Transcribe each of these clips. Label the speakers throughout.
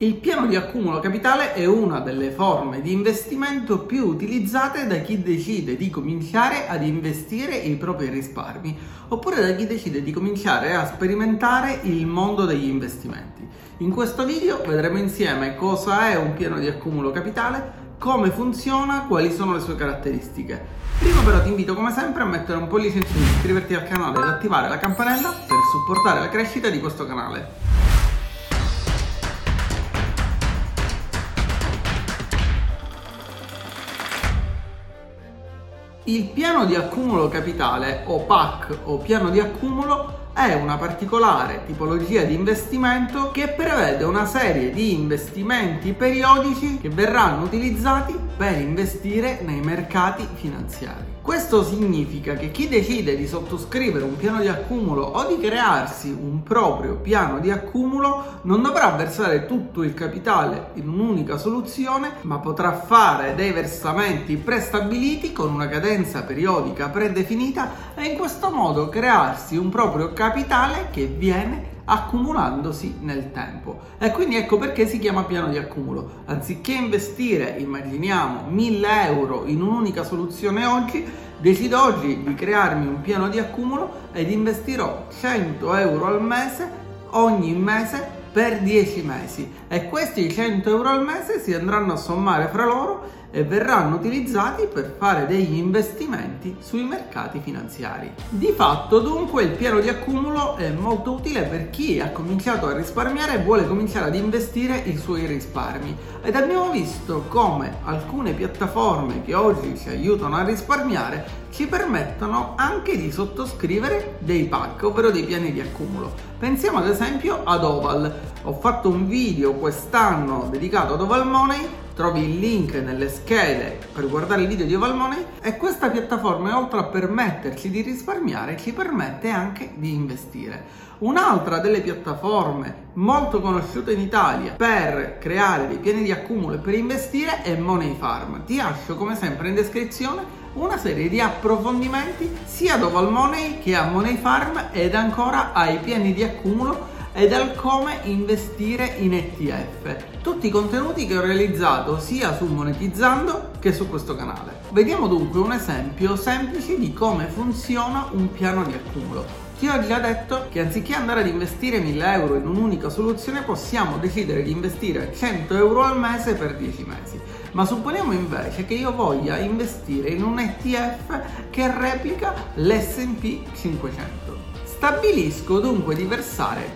Speaker 1: Il piano di accumulo capitale è una delle forme di investimento più utilizzate da chi decide di cominciare ad investire i propri risparmi, oppure da chi decide di cominciare a sperimentare il mondo degli investimenti. In questo video vedremo insieme cosa è un piano di accumulo capitale, come funziona, quali sono le sue caratteristiche. Prima però ti invito come sempre a mettere un pollice in su, iscriverti al canale ed attivare la campanella per supportare la crescita di questo canale. Il piano di accumulo capitale, o PAC, o piano di accumulo, è una particolare tipologia di investimento che prevede una serie di investimenti periodici che verranno utilizzati per investire nei mercati finanziari. Questo significa che chi decide di sottoscrivere un piano di accumulo o di crearsi un proprio piano di accumulo non dovrà versare tutto il capitale in un'unica soluzione, ma potrà fare dei versamenti prestabiliti con una cadenza periodica predefinita e in questo modo crearsi un proprio capitale che viene accumulandosi nel tempo. E quindi ecco perché si chiama piano di accumulo. Anziché investire, immaginiamo, 1000 euro in un'unica soluzione oggi, decido oggi di crearmi un piano di accumulo ed investirò 100 euro al mese ogni mese per 10 mesi e questi 100 euro al mese si andranno a sommare fra loro e verranno utilizzati per fare degli investimenti sui mercati finanziari. Di fatto dunque il piano di accumulo è molto utile per chi ha cominciato a risparmiare e vuole cominciare ad investire i suoi risparmi, ed abbiamo visto come alcune piattaforme che oggi ci aiutano a risparmiare ci permettono anche di sottoscrivere dei PAC, ovvero dei piani di accumulo. Pensiamo ad esempio ad Oval. Ho fatto un video quest'anno dedicato ad Oval Money, trovi il link nelle schede per guardare il video di Oval Money, e questa piattaforma, oltre a permetterci di risparmiare, ci permette anche di investire. Un'altra delle piattaforme molto conosciute in Italia per creare dei piani di accumulo e per investire è Money Farm. Ti lascio come sempre in descrizione una serie di approfondimenti sia ad Oval Money che a Money Farm ed ancora ai piani di accumulo ed al come investire in ETF. Tutti i contenuti che ho realizzato sia su Monetizzando che su questo canale. Vediamo dunque un esempio semplice di come funziona un piano di accumulo. Ti ho già detto che anziché andare ad investire 1000 euro in un'unica soluzione possiamo decidere di investire 100 euro al mese per 10 mesi. Ma supponiamo invece che io voglia investire in un ETF che replica l'S&P 500. Stabilisco dunque di versare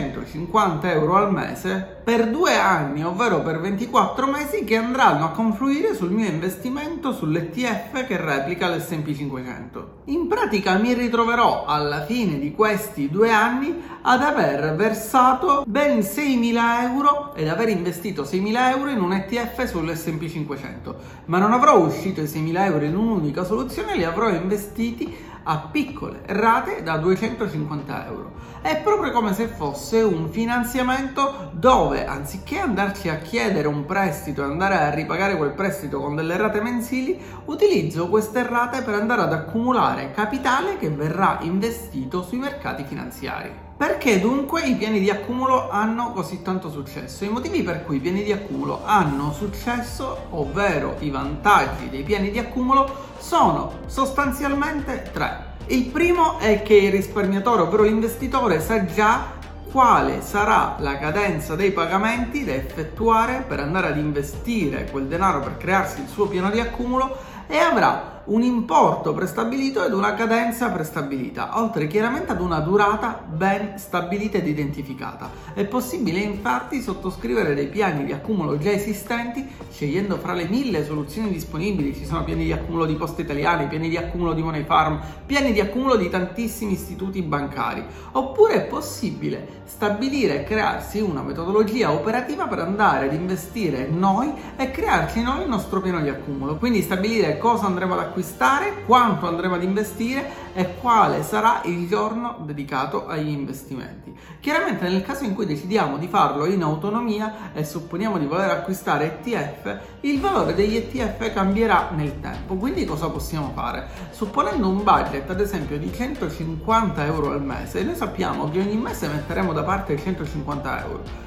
Speaker 1: 250 euro al mese per 2 anni, ovvero per 24 mesi, che andranno a confluire sul mio investimento sull'ETF che replica l'S&P 500. In pratica mi ritroverò alla fine di questi 2 anni ad aver versato ben 6.000 euro ed aver investito 6.000 euro in un ETF sull'S&P 500, ma non avrò uscito i 6.000 euro in un'unica soluzione, li avrò investiti a piccole rate da 250 euro. È proprio come se fosse un finanziamento dove, anziché andarci a chiedere un prestito e andare a ripagare quel prestito con delle rate mensili, utilizzo queste rate per andare ad accumulare capitale che verrà investito sui mercati finanziari. Perché dunque i piani di accumulo hanno così tanto successo? I motivi per cui i piani di accumulo hanno successo, ovvero i vantaggi dei piani di accumulo, sono sostanzialmente 3. Il primo è che il risparmiatore, ovvero l'investitore, sa già quale sarà la cadenza dei pagamenti da effettuare per andare ad investire quel denaro per crearsi il suo piano di accumulo e avrà un importo prestabilito ed una cadenza prestabilita, oltre chiaramente ad una durata ben stabilita ed identificata. È possibile infatti sottoscrivere dei piani di accumulo già esistenti scegliendo fra le 1000 soluzioni disponibili. Ci sono piani di accumulo di Poste Italiane, piani di accumulo di Money Farm, piani di accumulo di tantissimi istituti bancari. Oppure è possibile stabilire e crearsi una metodologia operativa per andare ad investire noi e crearci noi il nostro piano di accumulo. Quindi stabilire cosa andremo ad acquistare, quanto andremo ad investire e quale sarà il giorno dedicato agli investimenti. Chiaramente nel caso in cui decidiamo di farlo in autonomia e supponiamo di voler acquistare ETF, il valore degli ETF cambierà nel tempo. Quindi cosa possiamo fare? Supponendo un budget ad esempio di 150 euro al mese, noi sappiamo che ogni mese metteremo da parte 150 euro.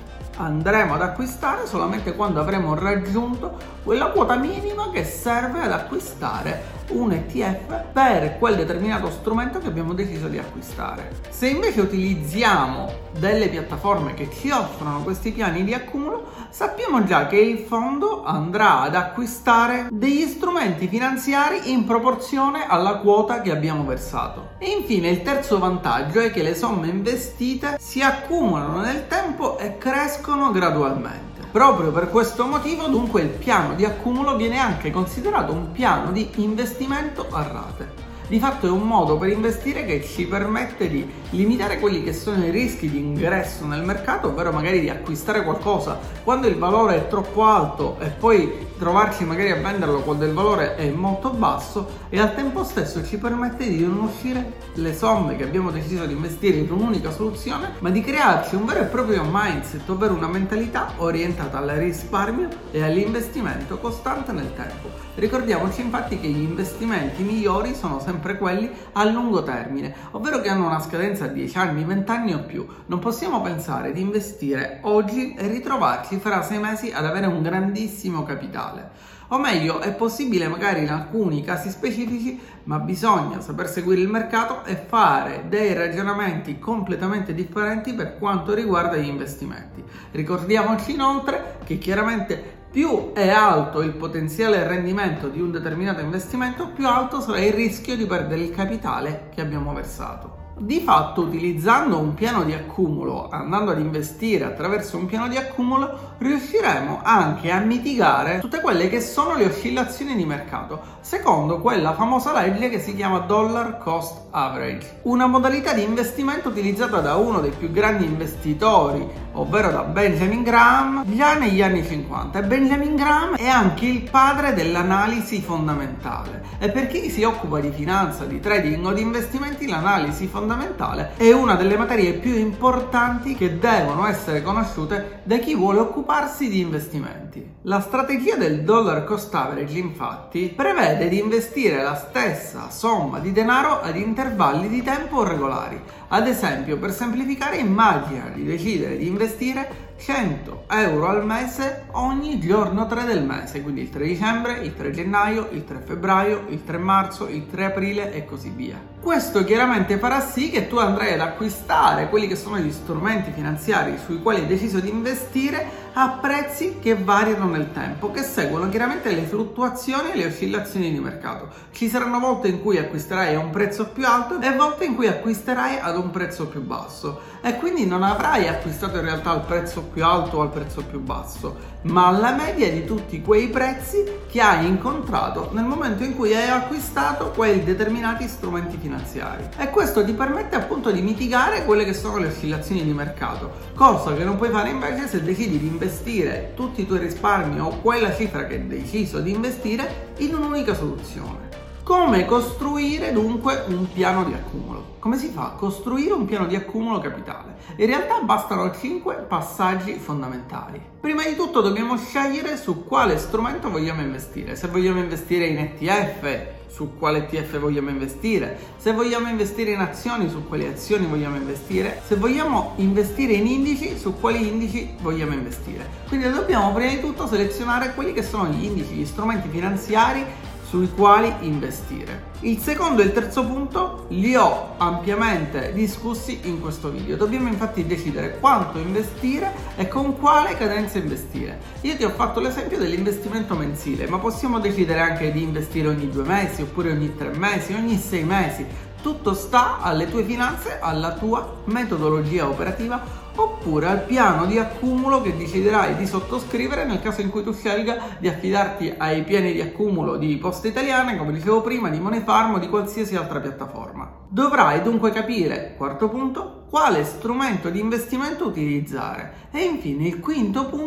Speaker 1: andremo ad acquistare solamente quando avremo raggiunto quella quota minima che serve ad acquistare un ETF per quel determinato strumento che abbiamo deciso di acquistare. Se invece utilizziamo delle piattaforme che ci offrono questi piani di accumulo, sappiamo già che il fondo andrà ad acquistare degli strumenti finanziari in proporzione alla quota che abbiamo versato. E infine il terzo vantaggio è che le somme investite si accumulano nel tempo e crescono gradualmente. Proprio per questo motivo, dunque, il piano di accumulo viene anche considerato un piano di investimento a rate. Di fatto è un modo per investire che ci permette di limitare quelli che sono i rischi di ingresso nel mercato, ovvero magari di acquistare qualcosa quando il valore è troppo alto e poi trovarci magari a venderlo quando il valore è molto basso, e al tempo stesso ci permette di non uscire le somme che abbiamo deciso di investire in un'unica soluzione, ma di crearci un vero e proprio mindset, ovvero una mentalità orientata al risparmio e all'investimento costante nel tempo. Ricordiamoci infatti che gli investimenti migliori sono sempre quelli a lungo termine, ovvero che hanno una scadenza a 10 anni, 20 anni o più. Non possiamo pensare di investire oggi e ritrovarci fra 6 mesi ad avere un grandissimo capitale. O meglio, è possibile magari in alcuni casi specifici, ma bisogna saper seguire il mercato e fare dei ragionamenti completamente differenti per quanto riguarda gli investimenti. Ricordiamoci inoltre che chiaramente più è alto il potenziale rendimento di un determinato investimento, più alto sarà il rischio di perdere il capitale che abbiamo versato. Di fatto, utilizzando un piano di accumulo, andando ad investire attraverso un piano di accumulo, riusciremo anche a mitigare tutte quelle che sono le oscillazioni di mercato, secondo quella famosa legge che si chiama Dollar Cost Average, una modalità di investimento utilizzata da uno dei più grandi investitori, ovvero da Benjamin Graham, già negli anni 50. E Benjamin Graham è anche il padre dell'analisi fondamentale, e per chi si occupa di finanza, di trading o di investimenti, l'analisi fondamentale è una delle materie più importanti che devono essere conosciute da chi vuole occuparsi di investimenti. La strategia del Dollar Cost Average, infatti, prevede di investire la stessa somma di denaro ad intervalli di tempo regolari. Ad esempio, per semplificare, immagina di decidere di investire 100 euro al mese ogni giorno 3 del mese, quindi il 3 dicembre, il 3 gennaio, il 3 febbraio, il 3 marzo, il 3 aprile e così via. Questo chiaramente farà sì che tu andrai ad acquistare quelli che sono gli strumenti finanziari sui quali hai deciso di investire a prezzi che variano nel tempo, che seguono chiaramente le fluttuazioni e le oscillazioni di mercato. Ci saranno volte in cui acquisterai a un prezzo più alto e volte in cui acquisterai ad un prezzo più basso, e quindi non avrai acquistato in realtà al prezzo più alto o al prezzo più basso, ma alla media di tutti quei prezzi che hai incontrato nel momento in cui hai acquistato quei determinati strumenti finanziari. E questo ti permette appunto di mitigare quelle che sono le oscillazioni di mercato, cosa che non puoi fare invece se decidi di investire tutti i tuoi risparmi o quella cifra che hai deciso di investire in un'unica soluzione. Come costruire dunque un piano di accumulo? Come si fa a costruire un piano di accumulo capitale? In realtà bastano 5 passaggi fondamentali. Prima di tutto dobbiamo scegliere su quale strumento vogliamo investire. Se vogliamo investire in ETF, su quale ETF vogliamo investire. Se vogliamo investire in azioni, su quali azioni vogliamo investire. Se vogliamo investire in indici, su quali indici vogliamo investire. Quindi dobbiamo prima di tutto selezionare quelli che sono gli indici, gli strumenti finanziari sui quali investire. Il secondo e il terzo punto li ho ampiamente discussi in questo video. Dobbiamo infatti decidere quanto investire e con quale cadenza investire. Io ti ho fatto l'esempio dell'investimento mensile, ma possiamo decidere anche di investire ogni 2 mesi, oppure ogni 3 mesi, ogni 6 mesi. Tutto sta alle tue finanze, alla tua metodologia operativa, oppure al piano di accumulo che deciderai di sottoscrivere nel caso in cui tu scelga di affidarti ai piani di accumulo di Poste Italiane, come dicevo prima, di Money Farm o di qualsiasi altra piattaforma. Dovrai dunque capire, quarto punto, quale strumento di investimento utilizzare. E infine il quinto punto,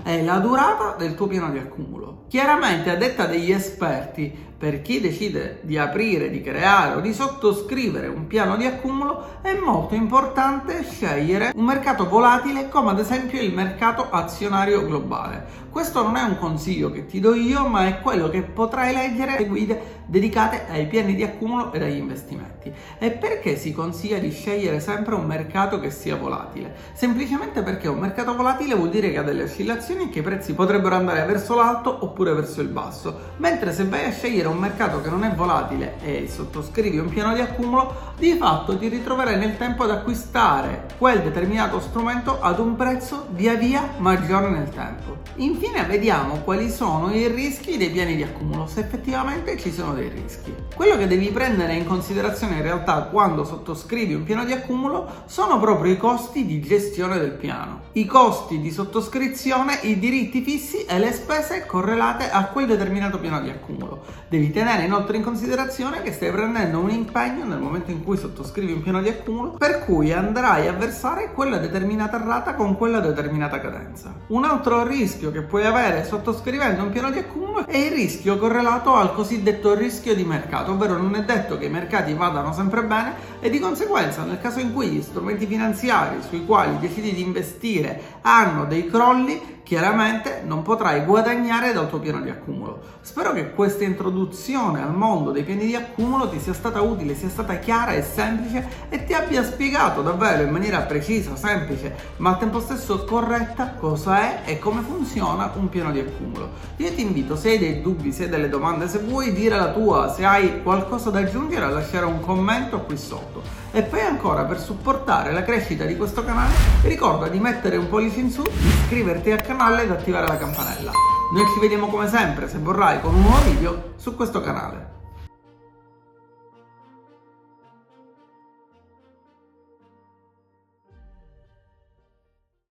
Speaker 1: è la durata del tuo piano di accumulo. Chiaramente, a detta degli esperti, per chi decide di aprire, di creare o di sottoscrivere un piano di accumulo è molto importante scegliere un mercato volatile come ad esempio il mercato azionario globale. Questo non è un consiglio che ti do io, ma è quello che potrai leggere nelle guide dedicate ai piani di accumulo ed agli investimenti. E perché si consiglia di scegliere sempre un mercato che sia volatile? Semplicemente perché un mercato volatile vuol dire che ha delle oscillazioni e che i prezzi potrebbero andare verso l'alto oppure verso il basso, mentre se vai a scegliere un mercato che non è volatile e sottoscrivi un piano di accumulo, di fatto ti ritroverai nel tempo ad acquistare quel determinato strumento ad un prezzo via via maggiore nel tempo. Infine vediamo quali sono i rischi dei piani di accumulo, se effettivamente ci sono dei rischi. Quello che devi prendere in considerazione in realtà quando sottoscrivi un piano di accumulo sono proprio i costi di gestione del piano, i costi di sottoscrizione, i diritti fissi e le spese correlate a quel determinato piano di accumulo. Devi tenere inoltre in considerazione che stai prendendo un impegno nel momento in cui sottoscrivi un piano di accumulo, per cui andrai a versare quella determinata rata con quella determinata cadenza. Un altro rischio che puoi avere sottoscrivendo un piano di accumulo è il rischio correlato al cosiddetto rischio di mercato, ovvero non è detto che i mercati vadano sempre bene e di conseguenza nel caso in cui gli strumenti finanziari sui quali decidi di investire hanno dei crolli, chiaramente non potrai guadagnare dal tuo piano di accumulo. Spero che questa introduzione al mondo dei piani di accumulo ti sia stata utile, sia stata chiara e semplice e ti abbia spiegato davvero in maniera precisa, semplice, ma al tempo stesso corretta cosa è e come funziona un piano di accumulo. Io ti invito, se hai dei dubbi, se hai delle domande, se vuoi dire la tua, se hai qualcosa da aggiungere, a lasciare un commento qui sotto. E poi ancora, per supportare la crescita di questo canale, ricorda di mettere un pollice in su, di iscriverti al canale ed attivare la campanella. Noi ci vediamo come sempre, se vorrai, con un nuovo video su questo canale.